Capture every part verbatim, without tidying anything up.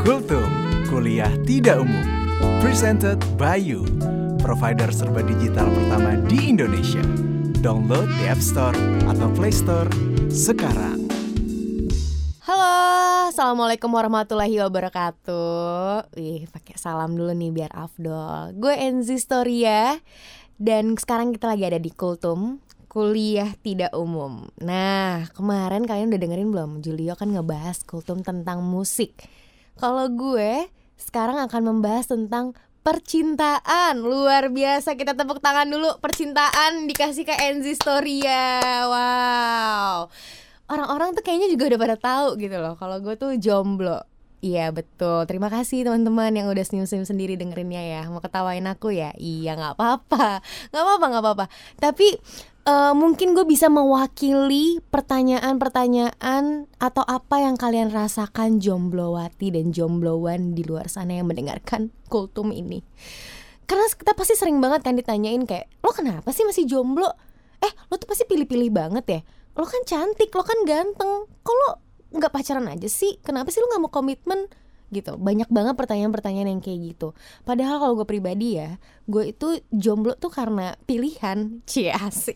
Kultum, kuliah tidak umum. Presented by you, provider serba digital pertama di Indonesia. Download di App Store atau Play Store sekarang. Halo, assalamualaikum warahmatullahi wabarakatuh. Wih, pakai salam dulu nih biar afdol. Gue Enzi Storia dan sekarang kita lagi ada di Kultum, kuliah tidak umum. Nah, kemarin kalian udah dengerin belum? Julio kan ngebahas Kultum tentang musik. Kalau gue sekarang akan membahas tentang percintaan. Luar biasa, kita tepuk tangan dulu. Percintaan dikasih ke Enzi Storia. Wow. Orang-orang tuh kayaknya juga udah pada tahu gitu loh kalau gue tuh jomblo. Iya betul, terima kasih teman-teman yang udah senyum-senyum sendiri dengerinnya ya. Mau ketawain aku ya? Iya gak apa-apa, gak apa-apa, gak apa-apa. Tapi uh, mungkin gue bisa mewakili pertanyaan-pertanyaan atau apa yang kalian rasakan jomblowati dan jomblowan di luar sana yang mendengarkan Kultum ini. Karena kita pasti sering banget kan ditanyain kayak, lo kenapa sih masih jomblo? Eh lo tuh pasti pilih-pilih banget ya. Lo kan cantik, lo kan ganteng, kok lo gak pacaran aja sih? Kenapa sih lo gak mau komitmen? Gitu, banyak banget pertanyaan-pertanyaan yang kayak gitu. Padahal kalau gue pribadi ya, gue itu jomblo tuh karena pilihan. Cie, asik.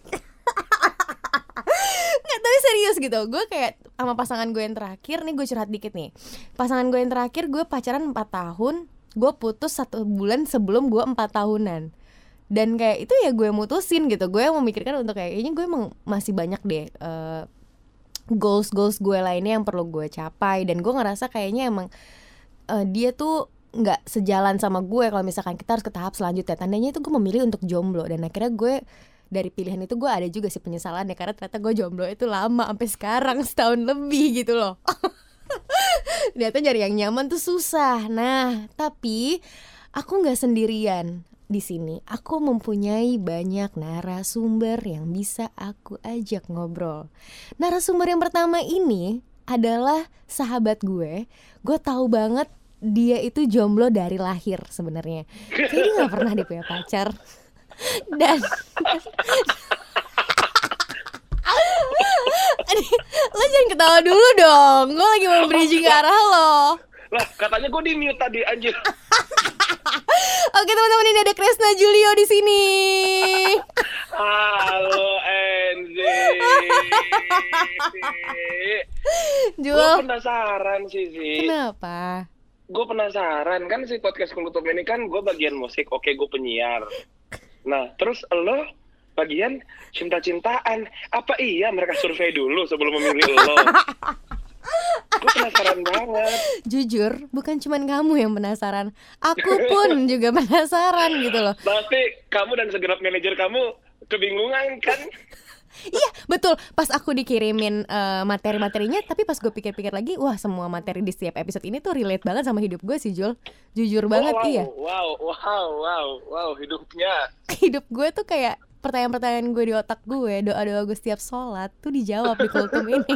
Nggak, tapi serius gitu. Gue kayak sama pasangan gue yang terakhir, nih gue curhat dikit nih. Pasangan gue yang terakhir, gue pacaran empat tahun, gue putus satu bulan sebelum gue empat tahunan. Dan kayak itu ya gue mutusin gitu. Gue yang memikirkan untuk kayak kayaknya gue emang masih banyak deh uh, goals-goals gue lainnya yang perlu gue capai. Dan gue ngerasa kayaknya emang uh, dia tuh gak sejalan sama gue kalau misalkan kita harus ke tahap selanjutnya. Tandanya itu gue memilih untuk jomblo. Dan akhirnya gue dari pilihan itu gue ada juga sih penyesalan ya. Karena ternyata gue jomblo itu lama, sampai sekarang setahun lebih gitu loh. Ternyata nyari yang nyaman tuh susah. Nah tapi aku gak sendirian. Di sini aku mempunyai banyak narasumber yang bisa aku ajak ngobrol. Narasumber yang pertama ini adalah sahabat gue. Gue tahu banget dia itu jomblo dari lahir sebenarnya. Kayaknya nggak pernah dia punya pacar. Dan lo jangan ketawa dulu dong. Gue lagi mau bridging ke arah lo. Lah katanya gue di mute tadi anjir. Oke teman-teman, ini ada Kresna Julio di sini. Halo Enzi. Jul. Gue penasaran sih sih. Kenapa? Gue penasaran kan si podcast Kultum ini kan gue bagian musik, oke gue penyiar. Nah terus lo bagian cinta-cintaan. Apa iya mereka survei dulu sebelum memilih lo? Gue penasaran banget. Jujur, bukan cuma kamu yang penasaran, aku pun juga penasaran gitu loh. Pasti kamu dan segenap manajer kamu kebingungan kan? Iya betul, pas aku dikirimin uh, materi-materinya, tapi pas gue pikir-pikir lagi, wah semua materi di setiap episode ini tuh relate banget sama hidup gue sih Jul. Jujur banget. Oh, wow, iya Wow, wow, wow, wow, hidupnya hidup gue tuh kayak pertanyaan-pertanyaan gue di otak gue, doa-doa gue setiap sholat tuh dijawab di Kultum ini.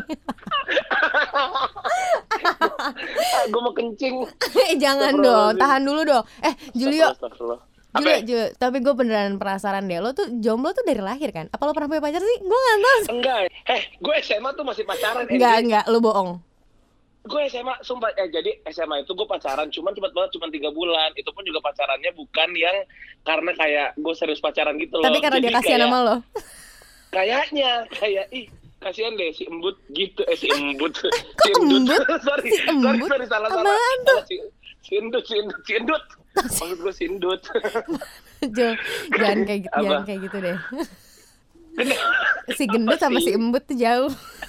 Gue mau kencing. Eh jangan dong, tahan dulu dong. Eh Julio, Julio, Apa? Julio, tapi gue beneran penasaran deh. Lo tuh jomblo tuh dari lahir kan? Apa lo pernah punya pacar sih? Gue nggak tahu. Enggak, eh gue S M A tuh masih pacaran. Enggak, enggak, lo bohong. Gue S M A, sumpah, eh jadi S M A itu gue pacaran, cuman cepet banget, cuman tiga bulan. Itu pun juga pacarannya bukan yang karena kayak gue serius pacaran gitu loh. Tapi karena jadi dia kasihan sama lo. Kayaknya, kayak ih kasihan deh si embut gitu, eh si embut, Kok si endut, embut? sorry, Si sorry, embut? sorry, salah, salah, Apaan tuh? salah, si, si endut, si endut, si endut, maksud gue si endut. Jul, jangan kayak gitu, Apa? jangan kayak gitu deh. Kenapa? Si gendut Apa sama sih? si embut tuh jauh.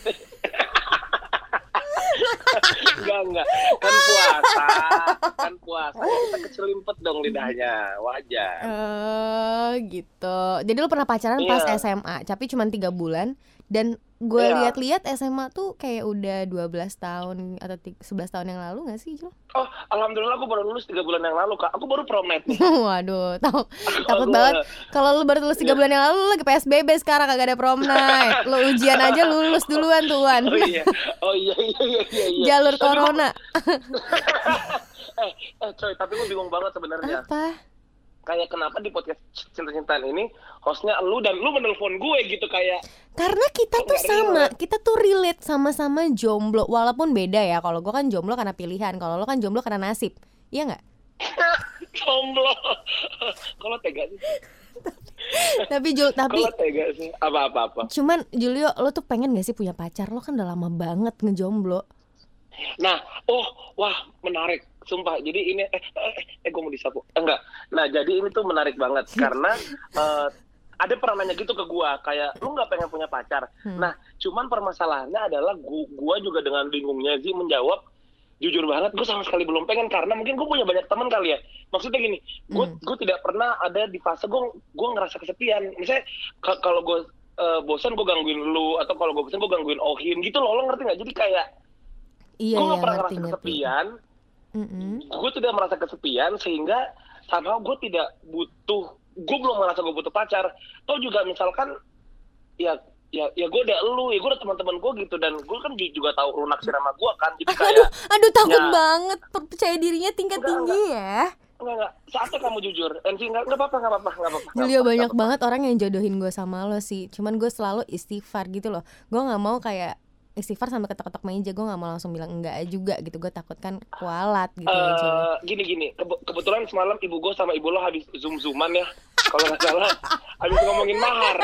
Enggak, enggak, kan puasa, kan puasa, kita kecelimpet dong lidahnya, wajar. Oh gitu. Jadi lo pernah pacaran pas Iya. S M A, tapi cuma tiga bulan. Dan gue Iya. lihat-lihat S M A tuh kayak udah dua belas tahun atau sebelas tahun yang lalu gak sih Jul? Oh, alhamdulillah aku baru lulus tiga bulan yang lalu, Kak. Aku baru prom night nih. Waduh, tahu takut Aku- banget kalau lu baru lulus tiga Iya. bulan yang lalu, lu lagi P S B B sekarang kagak ada prom night. Lu ujian aja lulus duluan tuan. Oh iya, oh iya, iya, iya, iya, iya. Jalur Tapi corona. gua- eh, eh, coy, tapi gue bingung banget sebenarnya. Apa? kayak kenapa di podcast cinta-cintaan ini hostnya lu dan lu menelpon gue gitu kayak. Karena kita tuh sama, kita tuh relate sama-sama jomblo, walaupun beda ya. Kalau gue kan jomblo karena pilihan, kalau lo kan jomblo karena nasib, iya nggak? Jomblo, kalau tega sih. Tapi Jul, tapi kalau tega sih, apa-apa-apa. Cuman Julio, lo tuh pengen gak sih punya pacar? Lo kan udah lama banget ngejomblo. Nah, oh, wah menarik, sumpah. Jadi ini, eh, eh, eh gue mau disapu, enggak. Nah, jadi ini tuh menarik banget karena uh, ada pernah nanya gitu ke gue, kayak lu nggak pengen punya pacar. Hmm. Nah, cuman permasalahannya adalah gue, gue juga dengan bingungnya sih menjawab. Jujur banget, gue sama sekali belum pengen karena mungkin gue punya banyak teman kali ya. Maksudnya gini, gue hmm. gue tidak pernah ada di fase gue gue ngerasa kesepian. Misalnya k- kalau gue uh, bosan gue gangguin lu, atau kalau gue bosan gue gangguin Ohim gitu loh, lo ngerti nggak? Jadi kayak iya, gue nggak iya, pernah ngerti, ngerasa ngerti. kesepian. Mm-hmm. Gue tidak merasa kesepian sehingga somehow gue tidak butuh, gue belum merasa gue butuh pacar. Atau juga misalkan ya ya ya gue udah elu, ya gue udah teman-teman gue gitu, dan gue kan juga tahu lu naksir sama gue kan, jadi kayak aduh aduh takut ya, banget, percaya dirinya tingkat enggak, tinggi enggak. ya. Enggak enggak, saatnya kamu jujur, Enzi enggak enggak apa-apa enggak apa-apa enggak apa-apa. Julio, banyak banget orang yang jodohin gue sama lo sih, cuman gue selalu istighfar gitu loh. Gue nggak mau kayak istighfar sampai ketok-ketok meja, gue nggak mau langsung bilang enggak juga gitu, gue takut kan kualat gitu. Uh, ya Julio. Gini gini, Kebe- kebetulan semalam ibu gue sama ibu lo habis zoom-zooman ya, kalau nggak salah, habis ngomongin mahar.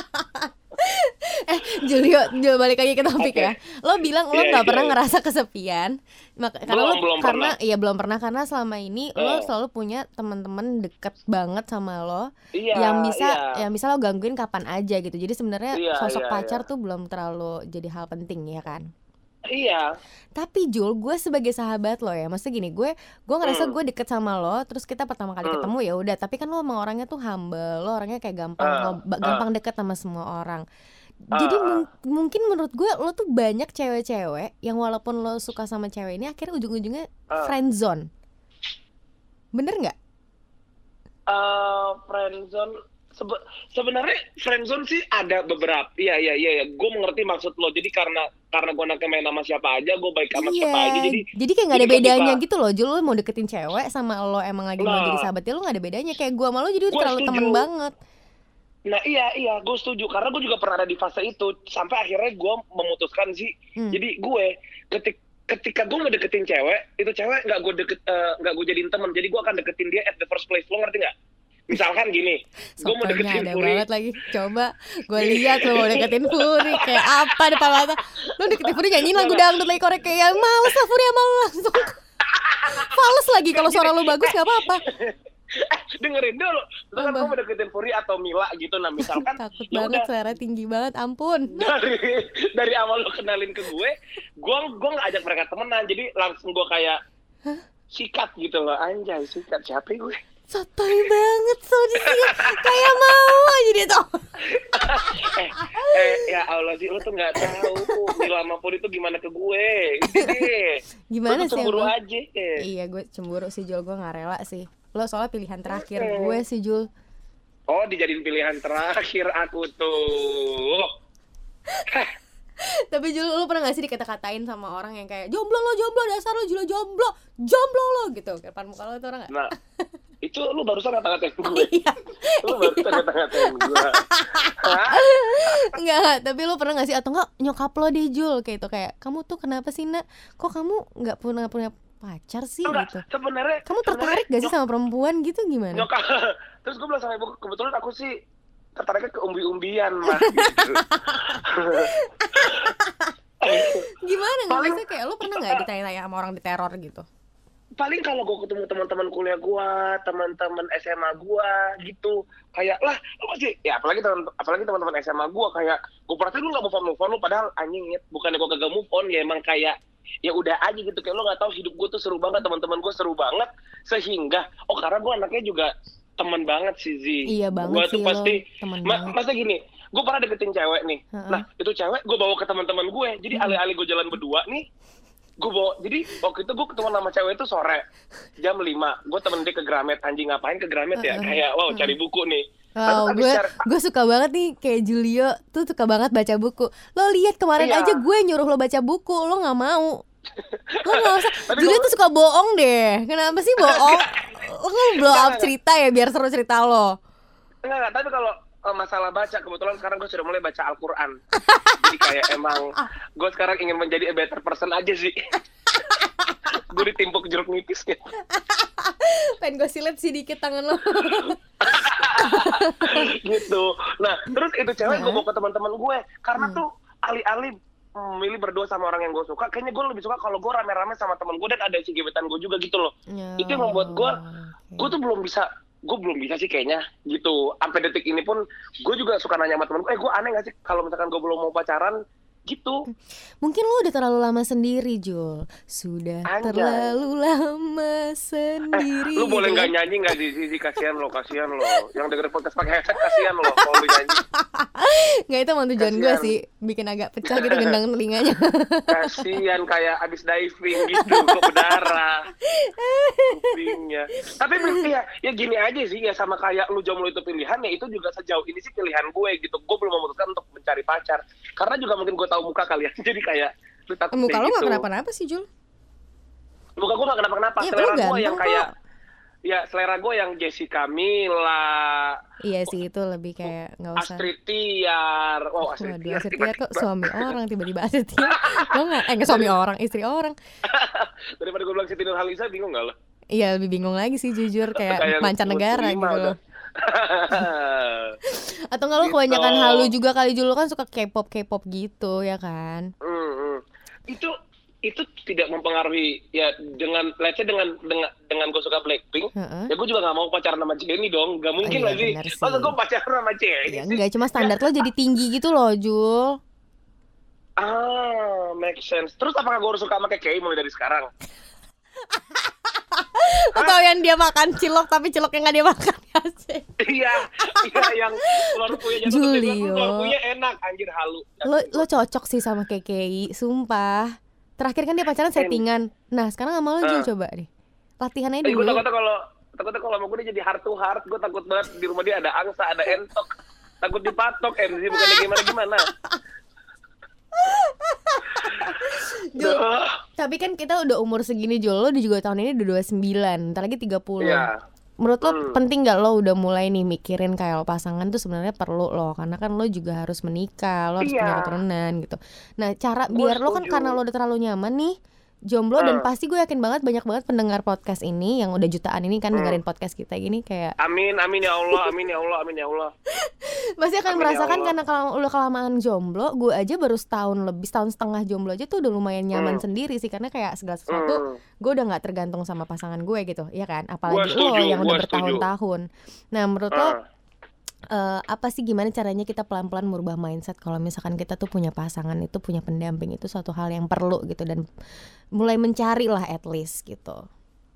Eh Julio, Julio balik lagi ke topik okay. ya. Lo bilang lo nggak yeah, pernah yeah. ngerasa kesepian, Maka, karena belum, lo belum karena pernah. iya belum pernah karena selama ini oh. lo selalu punya teman-teman deket banget sama lo, iya, yang bisa iya. yang bisa lo gangguin kapan aja gitu. Jadi sebenarnya iya, sosok iya, pacar iya. tuh belum terlalu jadi hal penting ya kan. Iya. Tapi Jul, gue sebagai sahabat lo ya, maksudnya gini, gue gue ngerasa hmm. gue deket sama lo, terus kita pertama kali hmm. ketemu ya udah. Tapi kan lo emang orangnya tuh humble, lo orangnya kayak gampang uh, ngob- gampang uh. deket sama semua orang. Uh, Jadi uh. mung- mungkin menurut gue lo tuh banyak cewek-cewek yang walaupun lo suka sama cewek ini akhirnya ujung-ujungnya uh. friendzone. Bener nggak? Uh, friendzone Sebe- sebenarnya friendzone sih ada beberapa. Iya iya iya ya. Gue mengerti maksud lo. Jadi karena karena gue anaknya main sama siapa aja, gue baik sama iya. siapa aja. Jadi jadi kayak nggak ada jadi bedanya ketika, gitu loh. Jul, lo mau deketin cewek sama lo emang lagi nah, mau jadi sahabat ya, lo nggak ada bedanya. Kayak gue sama lo jadi Gua terlalu setuju. temen banget. Nah iya iya gue setuju karena gue juga pernah ada di fase itu sampai akhirnya gue memutuskan sih. Hmm. Jadi gue ketik ketika gue ngedeketin cewek, itu cewek nggak gue deket nggak uh, gue jadiin teman. Jadi gue akan deketin dia at the first place. Lo ngerti nggak? Misalkan gini, gue mau deketin ada Puri. banget lagi. Coba gue lihat lo mau deketin Puri kayak apa depan mata. Lo deketin Puri nyanyiin lagu dangdut lagi korek kayak males lah Puri sama lo langsung. Fales lagi kalau suara lo bagus nggak apa-apa. Eh dengerin dulu, lu kan gue mau deketin Puri atau Mila gitu, nah misalkan takut banget, selera tinggi banget, ampun. Dari dari awal lo kenalin ke gue, gue gue nggak ajak mereka temenan, jadi langsung gue kayak huh? sikat gitu loh, anjay sikat siapa gue? Sotoy banget, so disikat kayak mau aja dia tuh. eh, eh ya Allah sih, lo tuh nggak tahu Mila sama Puri itu gimana ke gue, gitu. Gimana sih? Cemburu aja. Eh. Iya gue cemburu sih Jul, gue nggak rela sih. Lo soalnya pilihan terakhir hmm. gue sih Jul. Oh dijadiin pilihan terakhir aku tuh. Tapi Jul, lo pernah gak sih dikata-katain sama orang yang kayak jomblo lo, jomblo, dasar lo Jul, jomblo, jomblo lo gitu depan muka lo tuh orang gak? Nah itu lu barusan ngata-ngatain gue. Iya. Lu barusan ngata-ngatain gue. Enggak, tapi lu pernah gak sih atau enggak nyokap lo deh Jul kayak itu kayak kamu tuh kenapa sih nak? Kok kamu nggak punya punya pacar sih? Enggak, gitu. Sebenarnya kamu tertarik gak sih sama perempuan gitu gimana? Nyokap. Terus gue bilang sama ibu, kebetulan aku sih tertariknya ke umbi-umbian mah. Gitu. Gimana nggak bisa kayak lu pernah nggak ditanya-tanya sama orang diteror gitu? Paling kalau gue ketemu teman-teman kuliah gue, teman-teman S M A gue gitu, kayak lah apa sih? Ya apalagi teman apalagi teman-teman S M A gue kayak gue perhatiin lu nggak move on move on lu, padahal anjing ya, bukannya gue kagak move on ya, emang kayak ya udah aja gitu, kayak lo nggak tahu hidup gue tuh seru banget, teman-teman gue seru banget, sehingga oh karena gue anaknya juga teman banget sih Zi. Iya banget gua sih tuh pasti, teman ma- banget. Masa gini, gue pernah deketin cewek nih, uh-uh. nah itu cewek gue bawa ke teman-teman gue, jadi hmm. alih-alih gue jalan berdua nih, gue bawa, jadi waktu itu gue ketemu sama cewek itu sore jam lima, gue temen dia ke Gramet, anjing ngapain ke Gramet ya, uh-uh. kayak wow cari buku nih. Wow, gue share... gue suka banget nih kayak Julio tuh suka banget baca buku. Lo lihat kemarin iya. aja gue nyuruh lo baca buku, lo nggak mau. Lo nggak usah. Julio gua... tuh suka bohong deh. Kenapa sih bohong? Lo lu blow up cerita ya biar seru cerita lo. Enggak, enggak, tapi kalau uh, masalah baca, kebetulan sekarang gue sudah mulai baca Al-Quran. Jadi kayak emang gue sekarang ingin menjadi a better person aja sih. Gue ditimpuk jeruk nipisnya. Pengen gue silet sih dikit tangan lo. Gitu. Nah, terus itu cewek gue bawa ke teman-teman gue. Karena hmm. tuh alih-alih milih berdua sama orang yang gue suka, kayaknya gue lebih suka kalau gue rame-rame sama teman gue dan ada si gebetan gue juga gitu loh. Ya, itu yang membuat gue, okay. gue tuh belum bisa, gue belum bisa sih kayaknya gitu. Sampai detik ini pun gue juga suka nanya sama temen gue, eh gue aneh gak sih kalau misalkan gue belum mau pacaran gitu. Mungkin lu udah terlalu lama sendiri, Jul. Sudah Anjay. terlalu lama sendiri. Eh, lu boleh nggak nyanyi nggak di sisi? Kasihan lo, kasihan lo. Yang dengerin podcast pakai headset kasihan lo kalau lu nyanyi. Nggak, itu emang tujuan gue sih, bikin agak pecah gitu gendang telinganya. Kasihan kayak abis diving gitu, kok berdarah kupingnya. Tapi ya, ya gini aja sih, ya sama kayak lu jomblo itu pilihan, ya itu juga sejauh ini sih pilihan gue gitu. Gue belum memutuskan untuk mencari pacar, karena juga mungkin gue tahu muka kalian, jadi kayak lu takut muka lo gitu. Gak kenapa-napa sih, Jul. Muka gue gak kenapa-kenapa, ya, selera gue yang kayak kok. Ya selera gue yang Jessica Mila. Iya sih, itu lebih kayak nggak usah. Astrid Tiar. Oh, Astrid Waduh, Astrid Tiar kok suami orang tiba-tiba Astrid Tiar. Lo nggak? Eh nggak suami orang, istri orang. Daripada gue bilang Siti Nurhaliza, bingung nggak lo? Iya, lebih bingung lagi sih jujur, kayak, kayak mancanegara gitu loh. Atau nggak lo gitu. Kebanyakan halu juga kali, Jul, lo kan suka K-pop K-pop gitu ya kan? Mm-hmm. Itu itu tidak mempengaruhi ya dengan let's say dengan dengan dengan gue suka Blackpink, uh-uh. ya gue juga nggak mau pacaran sama Jennie dong, nggak mungkin oh, iya, lagi. Masa gue pacaran sama Jennie? Ya enggak, cuma standar lo jadi tinggi gitu loh, Jul. Ah, make sense. Terus apakah gue harus suka sama K K I mulai dari sekarang? Atau yang dia makan cilok tapi ciloknya nggak dia makan ya sih? Iya, iya yang telur puyuh jatuh Julio, telur puyuh enak, anjir halu. Lo lo cocok sih sama K K I, sumpah. Terakhir kan dia pacaran settingan. Nah sekarang sama lo Jul, uh. coba deh latihannya dulu. Eh, gue takutnya kalau takutnya kalau sama gue dia jadi heart to heart. Gue takut banget di rumah dia ada angsa, ada entok. Takut dipatok M Z, bukannya gimana-gimana. Jul, tapi kan kita udah umur segini, Jul. Lo juga tahun ini udah dua puluh sembilan, ntar lagi tiga puluh. Iya. Menurut lo hmm. penting gak lo udah mulai nih mikirin kayak lo pasangan tuh sebenarnya perlu lo, karena kan lo juga harus menikah, lo harus iya. punya keturunan gitu. Nah cara gua biar setuju. Lo kan karena lo udah terlalu nyaman nih jomblo, uh. dan pasti gue yakin banget banyak banget pendengar podcast ini yang udah jutaan ini kan hmm. dengerin podcast kita gini kayak amin amin ya Allah, amin ya Allah, amin ya Allah. Pasti akan amin merasakan ya karena kalau udah kelamaan jomblo, gue aja baru setahun lebih, setahun setengah jomblo aja tuh udah lumayan nyaman hmm. sendiri sih, karena kayak segala sesuatu hmm. gue udah nggak tergantung sama pasangan gue gitu, ya kan? Apalagi setuju, lo yang udah bertahun-tahun. Nah menurut uh. lo Uh, apa sih gimana caranya kita pelan-pelan merubah mindset kalau misalkan kita tuh punya pasangan, itu punya pendamping, itu suatu hal yang perlu gitu, dan mulai mencari lah at least gitu.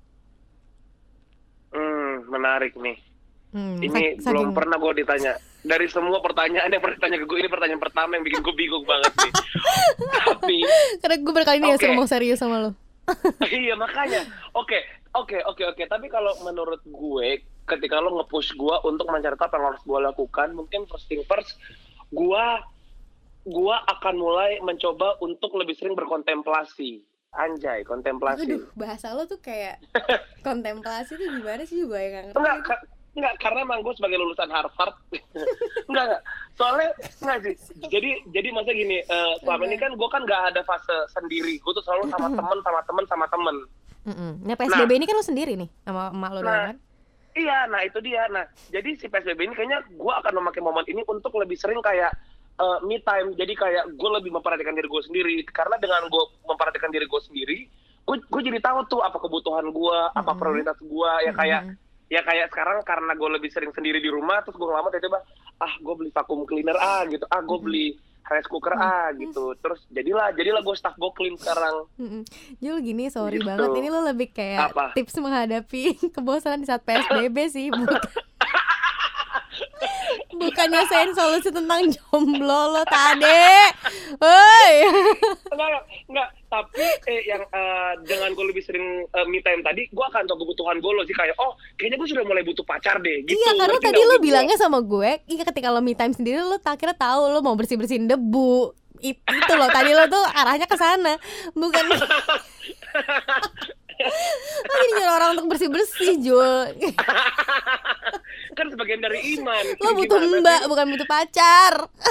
Hmm, menarik nih. Hmm, ini sak- belum saking... pernah gue ditanya. Dari semua pertanyaan yang pernah ditanya ke gue, ini pertanyaan pertama yang bikin gue bingung banget nih. Tapi karena gue berkali ini okay. ya suruh mau serius sama lo. Iya makanya. Oke, oke, oke, oke. Tapi kalau menurut gue, ketika lo nge-push gue untuk mencari apa yang harus gue lakukan, mungkin first thing first, gue gue akan mulai mencoba untuk lebih sering berkontemplasi. Anjay, kontemplasi. Aduh, bahasa lo tuh kayak kontemplasi tuh gimana sih, gue yang ngerti. Enggak, ka- enggak, karena emang gue sebagai lulusan Harvard. enggak, enggak. Soalnya enggak sih. Jadi jadi masa gini, uh, selama ini kan gue kan enggak ada fase sendiri. Gue tuh selalu sama temen, sama temen, sama temen. Nah, P S B B nah, ini kan lo sendiri nih sama emak lo nah, doang kan? Iya, nah itu dia. Nah, jadi si P S B B ini kayaknya gue akan memakai momen ini untuk lebih sering kayak uh, me time. Jadi kayak gue lebih memperhatikan diri gue sendiri. Karena dengan gue memperhatikan diri gue sendiri, gue gue jadi tahu tuh apa kebutuhan gue, mm-hmm. apa prioritas gue. Ya kayak mm-hmm. ya kayak sekarang karena gue lebih sering sendiri di rumah, terus gue ngelama tiba-tiba ah gue beli vacuum cleaner ah gitu, ah gue beli rice cooker mm-hmm. ah gitu. Terus jadilah jadilah gue staff gue clean sekarang. Mm-hmm. Jul gini sorry gitu. banget, ini lo lebih kayak apa? Tips menghadapi kebosanan di saat P S B B sih, bukan bukan nyasain solusi tentang jomblo lo tadi. Woi. Enggak, enggak, tapi eh, yang uh, dengan gue lebih sering uh, me time tadi, gue akan tahu kebutuhan gue lo sih, kayak oh kayaknya gue sudah mulai butuh pacar deh gitu. Iya, karena tadi lo bilangnya sama gue, iya ketika lo me time sendiri lo tak kira tahu lo mau bersih-bersihin debu. It, itu lo tadi lo tuh arahnya ke sana, bukan. Lo gini nyuruh orang untuk bersih-bersih, Jul. Kan sebagian dari iman. Lo butuh Gimana mbak, sih? bukan butuh pacar.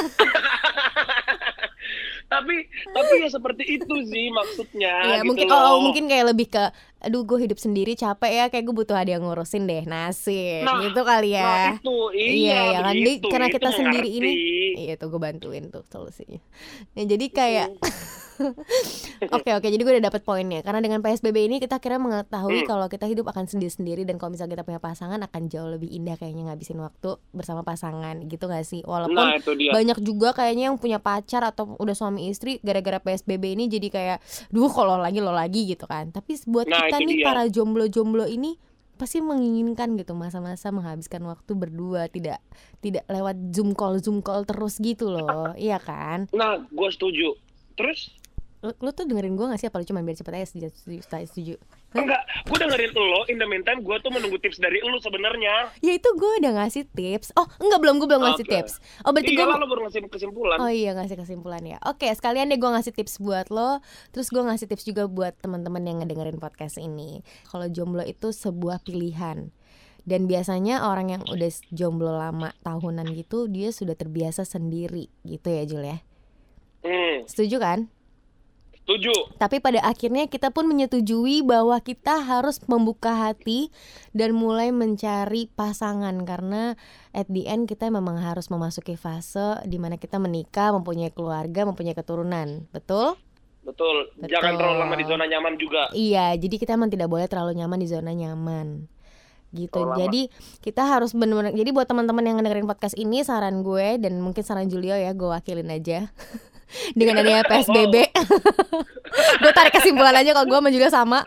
tapi tapi ya seperti itu sih maksudnya. Iya, gitu mungkin loh. oh mungkin kayak lebih ke aduh gue hidup sendiri capek ya, kayak gue butuh ada yang ngurusin deh, nasib Nah, gitu kali Nah ya. itu iya, Iya ya kan, Jadi, begitu, karena itu kita sendiri mengerti. ini, iya tuh gue bantuin tuh solusinya. Ya, jadi kayak Oke oke, jadi gue udah dapet poinnya. Karena dengan P S B B ini kita akhirnya mengetahui Hmm. kalau kita hidup akan sendiri-sendiri, dan kalau misalnya kita punya pasangan akan jauh lebih indah kayaknya ngabisin waktu bersama pasangan, gitu gak sih? Walaupun Nah itu dia. banyak juga kayaknya yang punya pacar atau udah suami istri gara-gara P S B B ini jadi kayak duh kalau lagi lo lagi gitu kan. Tapi buat Nah, kita itu nih dia. para jomblo-jomblo ini pasti menginginkan gitu masa-masa menghabiskan waktu berdua, tidak tidak lewat zoom call zoom call terus gitu loh. Iya kan? Nah gue setuju. Terus Lu, lu tuh dengerin gue gak sih, apa lu cuma biar cepet aja setuju, setuju, setuju, setuju? Hah? enggak, gue dengerin lo. In the meantime gue tuh menunggu tips dari lo sebenarnya. Ya itu gue udah ngasih tips. Oh enggak, belum, gue belum ngasih Oke. tips. Oh berarti gue Iya lah, lo baru ngasih kesimpulan. Oh iya, ngasih kesimpulan ya. Oke, sekalian deh gue ngasih tips buat lo. Terus gue ngasih tips juga buat teman-teman yang ngedengerin podcast ini. Kalau jomblo itu sebuah pilihan. Dan biasanya orang yang udah jomblo lama tahunan gitu, dia sudah terbiasa sendiri gitu ya Jul ya. Hmm, Setuju kan? setuju. Tapi pada akhirnya kita pun menyetujui bahwa kita harus membuka hati dan mulai mencari pasangan, karena at the end kita memang harus memasuki fase dimana kita menikah, mempunyai keluarga, mempunyai keturunan. Betul? Betul. Betul. Jangan terlalu lama di zona nyaman juga. Iya, jadi kita memang tidak boleh terlalu nyaman di zona nyaman gitu. Terlalu lama. Jadi kita harus benar-benar. Jadi buat teman-teman yang ngedengerin podcast ini, saran gue dan mungkin saran Julio ya, gue wakilin aja. Dengan adanya P S B B, gue tarik kesimpulan aja kalau gue sama Julio sama.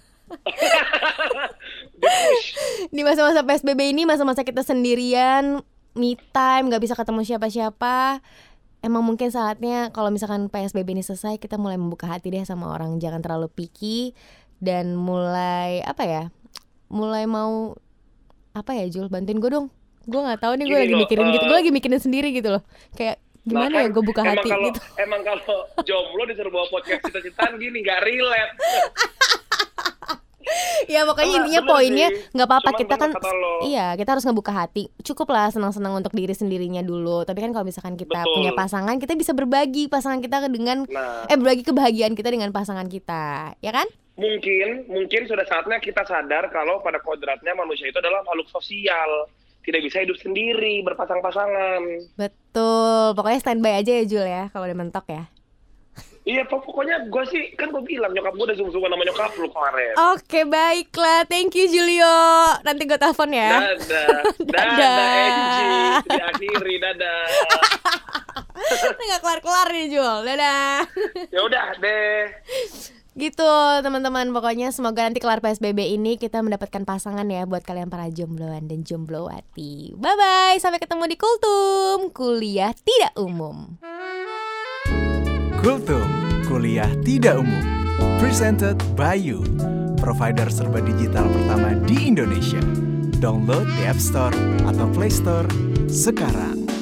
Di masa-masa P S B B ini, masa-masa kita sendirian, me time, nggak bisa ketemu siapa-siapa. Emang mungkin saatnya kalau misalkan P S B B ini selesai, kita mulai membuka hati deh sama orang. Jangan terlalu picky dan mulai apa ya? Mulai mau apa ya Jul? Bantuin gue dong. Gue nggak tahu nih, gue Gini lagi loh, mikirin gitu. uh, Gue lagi mikirin sendiri gitu loh. Kayak gimana Nah, ya kan, gue buka emang hati kalau, gitu. Emang kalau jomblo disuruh bawa podcast cita-citaan gini gak relate. Ya pokoknya Enggak, intinya bener poinnya sih. nggak apa-apa, Cuman kita kan bener kata lo. iya kita harus ngebuka hati. Cukup lah senang-senang untuk diri sendirinya dulu. Tapi kan kalau misalkan kita Betul. punya pasangan, kita bisa berbagi pasangan kita dengan Nah, eh berbagi kebahagiaan kita dengan pasangan kita, ya kan? mungkin mungkin sudah saatnya kita sadar kalau pada kodratnya manusia itu adalah makhluk sosial. Tidak bisa hidup sendiri, berpasang-pasangan. Betul. Pokoknya standby aja ya Jul ya kalau udah mentok ya. Iya, pokoknya gue sih, kan gue bilang nyokap gue udah sungguh-sungguh sama nyokap lu kemarin. Oke, baiklah. Thank you Julio. Nanti gue telepon ya. Dadah, dadah, Dadah. Angie. Diakhiri, dadah. Ini gak kelar-kelar nih Jul. Dadah. Ya udah deh. Gitu teman-teman, pokoknya semoga nanti kelar P S B B ini kita mendapatkan pasangan ya buat kalian para jombloan dan jomblowati. Bye bye, sampai ketemu di Kultum, kuliah tidak umum. Kultum, kuliah tidak umum. Presented by You, provider serba digital pertama di Indonesia. Download di App Store atau Play Store sekarang.